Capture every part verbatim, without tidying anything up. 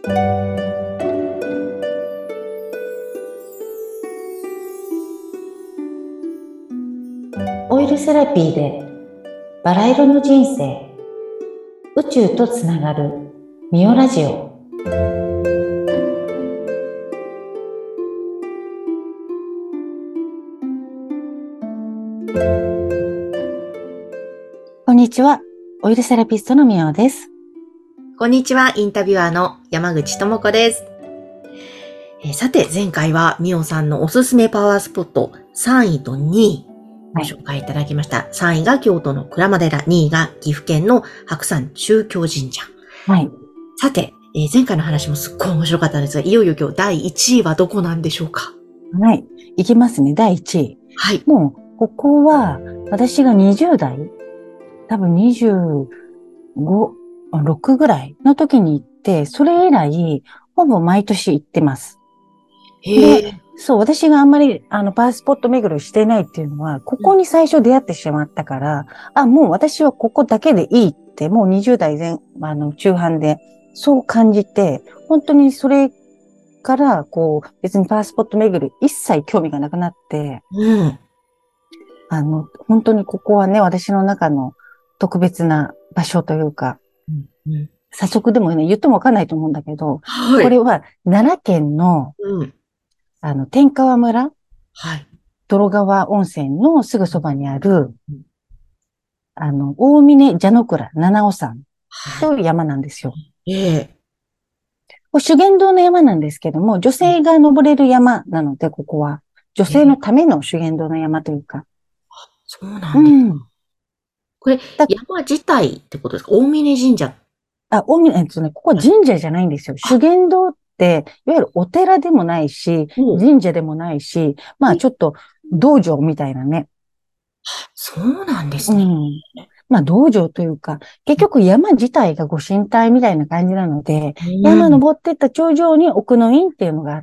オイルセラピーでバラ色の人生、宇宙とつながるミオラジオ。こんにちは、オイルセラピストのミオです。 こんにちは、インタビュアーの山口智子です。えー、さて、前回はミオさんのおすすめパワースポットさんいとにいご紹介いただきました。はい、さんいが京都の鞍馬寺、にいが岐阜県の白山中京神社。 はい。 さて、えー、前回の話もすっごい面白かったんですが、いよいよ今日だいいちいはどこなんでしょうか？ はい。いきますね、だいいちい。 はい。 もう、ここは私がにじゅうだい、多分にじゅうご、ろくぐらいの時に行って、それ以来、ほぼ毎年行ってます。で、そう、私があんまり、あの、パワースポット巡りしてないっていうのは、ここに最初出会ってしまったから、うん、あ、もう私はここだけでいいって、もうにじゅうだい前、あの、中半で、そう感じて、本当にそれから、こう、別にパワースポット巡り一切興味がなくなって、 うん、 あの、本当にここはね、私の中の特別な場所というか、うんうん、早速でもね、言ってもわかんないと思うんだけど、はい、これは奈良県の、うん、あの、天川村、はい、泥川温泉のすぐそばにある、うん、あの、大峰蛇の倉七尾山という山なんですよ。はい、ええー、修験道の山なんですけども、女性が登れる山なので、ここは。女性のための修験道の山というか。 えー、そうなんですか。うん、これ、山自体ってことですか？大峰神社。 あ、大峰、えっとね、ここは神社じゃないんですよ。修験道って、いわゆるお寺でもないし、神社でもないし、まあちょっと道場みたいなね。 そうなんですね。うん、 まあ道場というか、結局山自体がご神体みたいな感じなので、うん、山登ってった頂上に奥の院っていうのがあって、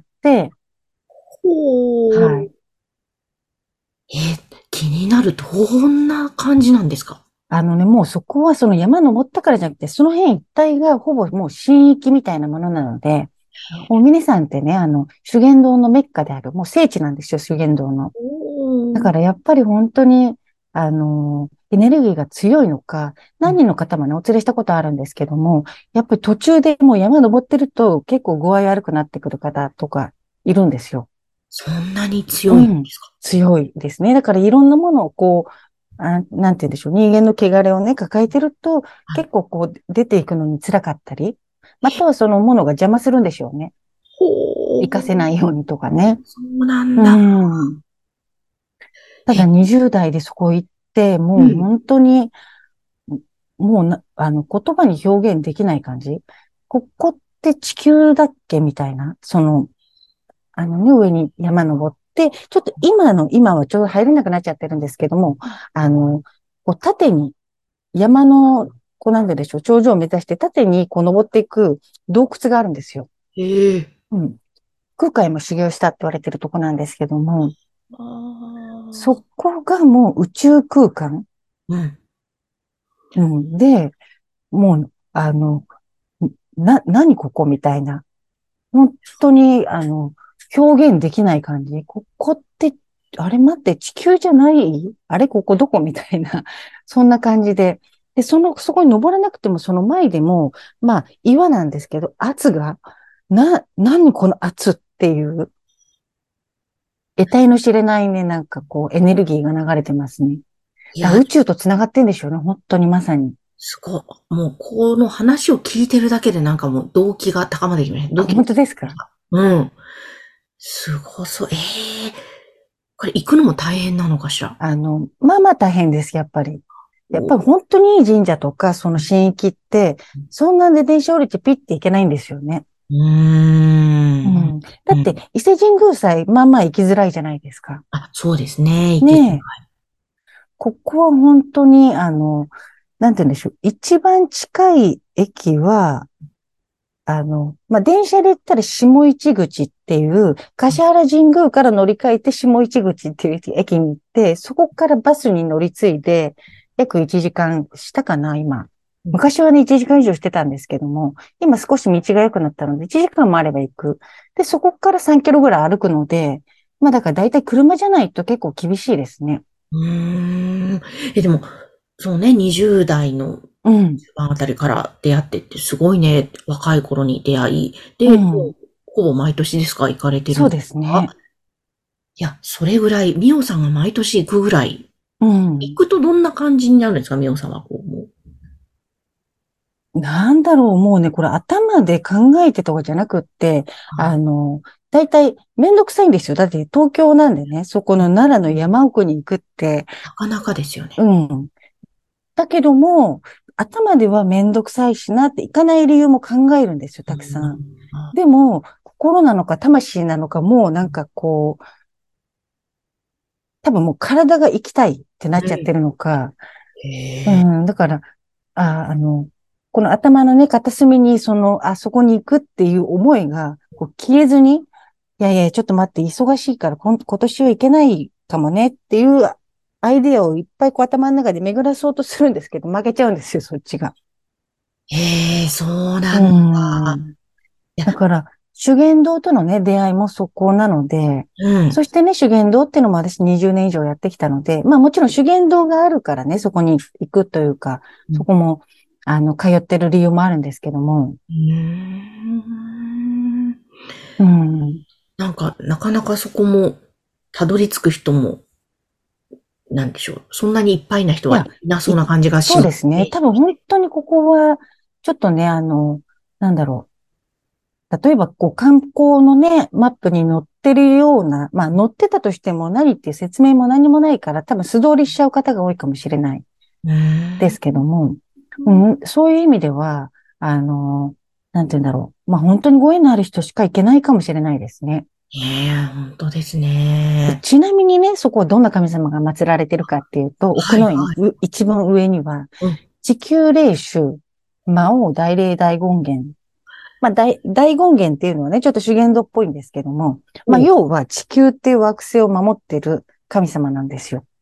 はい。えー、気になる。どんな感じなんですか？ あのね、もうそこはその山登ったからじゃなくて、その辺一帯がほぼもう神域みたいなものなので、もう皆さんってね、あの、修験道のメッカである、もう聖地なんですよ、修験道の。だからやっぱり本当に、あの、エネルギーが強いのか、何人の方もね、お連れしたことあるんですけども、やっぱり途中でもう山登ってると結構具合悪くなってくる方とかいるんですよ。 そんなに強いんですか？ うん、強いですね。だからいろんなものをこう、あなんて言うんでしょう、人間の汚れをね、抱えてると、結構こう出ていくのに辛かったり、またはそのものが邪魔するんでしょうね。活かせないようにとかね。 そうなんだ。うん、 ただにじゅうだいでそこ行って、もう本当に、うん、もうな、あの、言葉に表現できない感じ。ここって地球だっけみたいな。その、あのね、上に山登って、ちょっと今の、今はちょうど入れなくなっちゃってるんですけども、あの、こう縦に、山の、こうなんででしょう、頂上を目指して縦にこう登っていく洞窟があるんですよ。 へえ。 うん。空海も修行したって言われてるとこなんですけども、そこがもう宇宙空間。うん。うん。で、もう、あの、な、何ここみたいな。本当に、あの、表現できない感じ。ここって、あれ待って、地球じゃないあれここどこみたいな。そんな感じで。で、その、そこに登らなくても、その前でも、まあ、岩なんですけど、圧が、な、何この圧っていう、得体の知れないね、なんかこう、エネルギーが流れてますね。いや、宇宙と繋がってんでしょうね、本当にまさに。 すごい。もう、この話を聞いてるだけでなんかもう動機が高まってきました。動機。 本当ですか？ うん。すごそう。ええー、これ行くのも大変なのかしら？ あの、まあまあ大変です、やっぱり。やっぱり本当にいい神社とか、その神域って、そんなんで電車降りてピッて行けないんですよね。 うーん。 うん。だって、伊勢神宮さえ、まあまあ行きづらいじゃないですか。 あ、そうですね。行きづらい。 ねえ。ここは本当に、あの、なんて言うんでしょう。一番近い駅は、あの、まあ、電車で言ったら下市口っていう、橿原神宮から乗り換えて下市口っていう駅に行って、そこからバスに乗り継いで、約いちじかんしたかな、今。 昔はね、いちじかん以上してたんですけども、今少し道が良くなったので、いちじかんもあれば行く。で、そこからさんキロぐらい歩くので、まあだから大体車じゃないと結構厳しいですね。 うーん。え、でも、そうね、にじゅう代のうん。 中盤あたりから出会ってってすごいね。若い頃に出会い。で、もうん。 うほぼ毎年ですか？行かれてるんでそうですか？ すね。 いや、それぐらい、ミオさんが毎年行くぐらい、 うん。 行くとどんな感じになるんですか？ミオさんはこう、もなんだろう、もうね、これ頭で考えてとかじゃなくって、あの、大体めんどくさいんですよ。だって東京なんでね、そこの奈良の山奥に行くって、 なかなかですよね。 うん。だけども、頭ではめんどくさいしなって行かない理由も考えるんですよ、 うたくさん。 ん。 でも、心なのか魂なのかもうなんかこう、多分もう体が行きたいってなっちゃってるのか、 へえ。 うん、だから、あ、あの、この頭のね、片隅に、その、あそこに行くっていう思いが、こう消えずに、いやいや、ちょっと待って、忙しいから、こん、今年は行けないかもねっていうアイデアをいっぱいこう頭の中で巡らそうとするんですけど、負けちゃうんですよ、そっちが。 へえ、そううなんだ。 ん。 いや、 だから、修験道とのね、出会いもそこなので、 うん。 そしてね、修験道っていうのも私にじゅうねん以上やってきたので、まあもちろん修験道があるからね、そこに行くというか、 うん。 そこも、あの、通ってる理由もあるんですけども、 うーん。 うん。 なんか、なかなかそこも、たどり着く人も、なんでしょう。そんなにいっぱいな人はいや、 いなそい、 うな感じがしそうですね。 ますね。 多分本当にここは、ちょっとね、あの、なんだろう。例えば、こう、観光のね、マップに載ってるような、まあ、載ってたとしても何っていう説明も何もないから、多分素通りしちゃう方が多いかもしれないうーん。 ですけども、うん、そういう意味では、あの、なんて言うんだろう。まあ、本当にご縁のある人しか行けないかもしれないですね。 ええ、本当ですで、 ね。 ちなみにね、そこはどんな神様が祀られてるかっていうと、奥の院、 はいはい。 う一番上には、 うん。 地球霊種、魔王大霊大権現。まあ、大、大権現っていうのはね、ちょっと修験道っぽいんですけども、まあ、 お、 要は地球っていう惑星を守ってる神様なんですよ。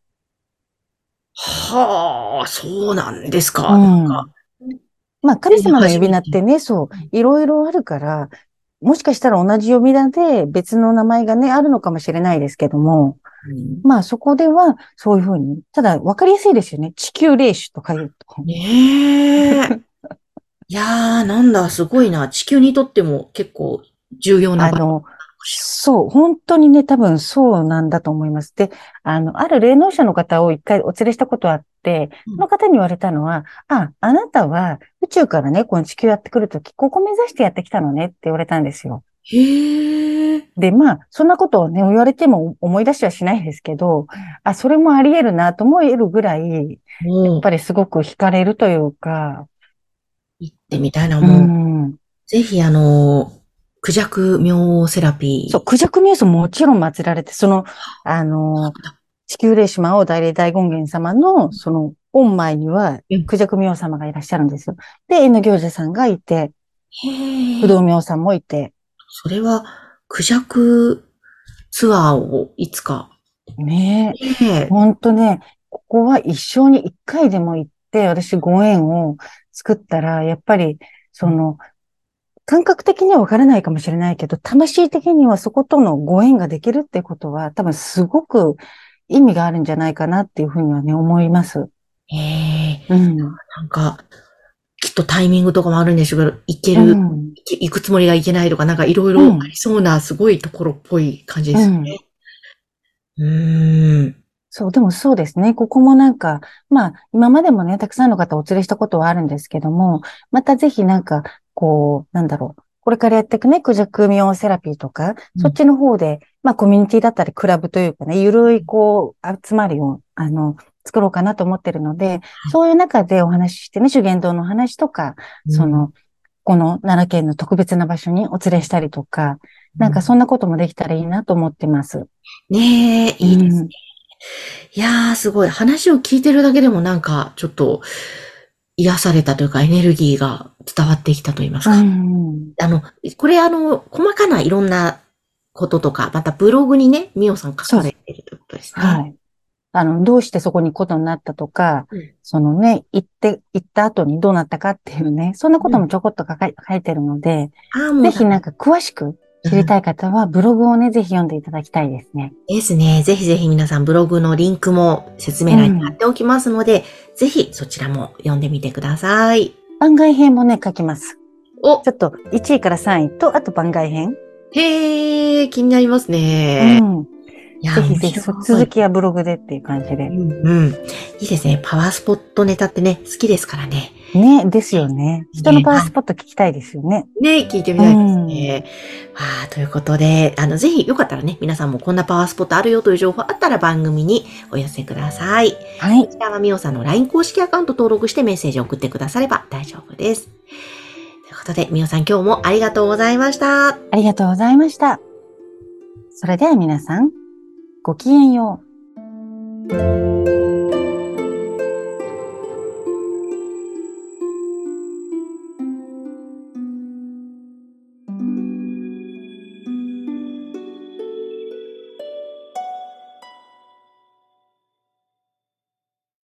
はあ、そうなんですうか。なんか、 ん。まあ、神全然様の呼び初めて。 名ってね、そう、いろいろあるから、もしかしたら同じ呼び名で別の名前がね、あるのかもしれないですけども、 うん、 まあそこではそういうふうに、ただ分かりやすいですよね。地球霊種とか言うと。 ねえ。いやー、なんだ、すごいな。地球にとっても結構重要な場所なのあの、 かしら。 そう、本当にね、多分そうなんだと思います。で、あの、ある霊能者の方を一回お連れしたことあって、 うん。 その方に言われたのは、あ、あなたは宇宙からね、この地球やってくるとき、ここ目指してやってきたのねって言われたんですよ。 へえ。 で、まあ、そんなことをね、言われても思い出しはしないですけど、あ、それもあり得るなと思えるぐらい、やっもう、 ぱりすごく惹かれるというか、 行ってみたいな、 うもう、 ん。 ぜひあの、クジャク妙セラそう、 ピクジャクミュースももちろん祀られて、その、あの、地球霊島を大霊大権現様の、その、御前には、 ー。うん。 クジャクミョウ様がいらっしゃるんですよ。で、縁の行者さんがいて、不へえ。 動明王さんもいて、 それは、クジャクツアーをいつか。 ねえ、 ねえ。 ほんとね、ここは一生に一回でも行って、私ご縁を作ったら、やっぱり、その、感覚的にはわからないかもしれないけど、魂的にはそことのご縁ができるってことは、多分すごく意味があるんじゃないかなっていうふうにはね、思います。 へえ。 うん。 なんか、きっとタイミングとかもあるんでしょうけど、行けうる、 ん。 行け行くつもりが行けないとか、なんかいろいうん。 ろありそうな、すごいところっぽい感じでうん。 すね。うーん。 そう、でもそうですね。ここもなんか、まあ、今までもね、たくさんの方をお連れしたことはあるんですけども、またぜひなんか、こう、なんだろう。これからやっていくね、クジャクミオセラピーとか、 うん。 そっちの方で、まあ、コミュニティだったり、クラブというかね、ゆるい、こう、集まりを、あの、作ろうかなと思ってるので、そういう中でお話ししてね、修験道の話とか、 うん。 その、この奈良県の特別な場所にお連れしたりとか、なんかそんなこともできたらいいなと思ってます。 ねえ、いいですね。 うん。 いやー、すごい。話を聞いてるだけでもなんか、ちょっと、癒されたというか、エネルギーが伝わってきたと言いますうか。 ん。 あの、これあの、細かないろんなこととか、またブログにね、ミオさん書そう。 かれてるということですね。 はい。 あの、どうしてそこに行くことになったとか、うん、そのね、行って、行った後にどうなったかっていうね、そんなこともちょこっと書か、うん、書いてるので、ぜひなんか詳しく知りたい方は、ブログをね、ぜひ読んでいただきたいですね。 ですね。ぜひぜひ皆さんブログのリンクも説明欄に貼っておきますので、うん、ぜひそちらも読んでみてください。 番外編もね、書きます。おちょっといちいからさんいと、あと番外編。 へー、気になりますね。 うん。ぜひぜひ、続きはブログでっていう感じで。 うん、うん。いいですね。パワースポットネタってね、好きですからね。 ね、ですよね。人のパワースポット聞きたいですよね。 ね、聞いてみたいですね。うん、ということで、あの、ぜひよかったらね、皆さんもこんなパワースポットあるよという情報あったら番組にお寄せください。はい。こちらはみおさんの ライン 公式アカウント登録してメッセージを送ってくだされば大丈夫です。ということで、みおさん今日もありがとうございました。 ありがとうございました。それでは皆さん、ごきげんよう。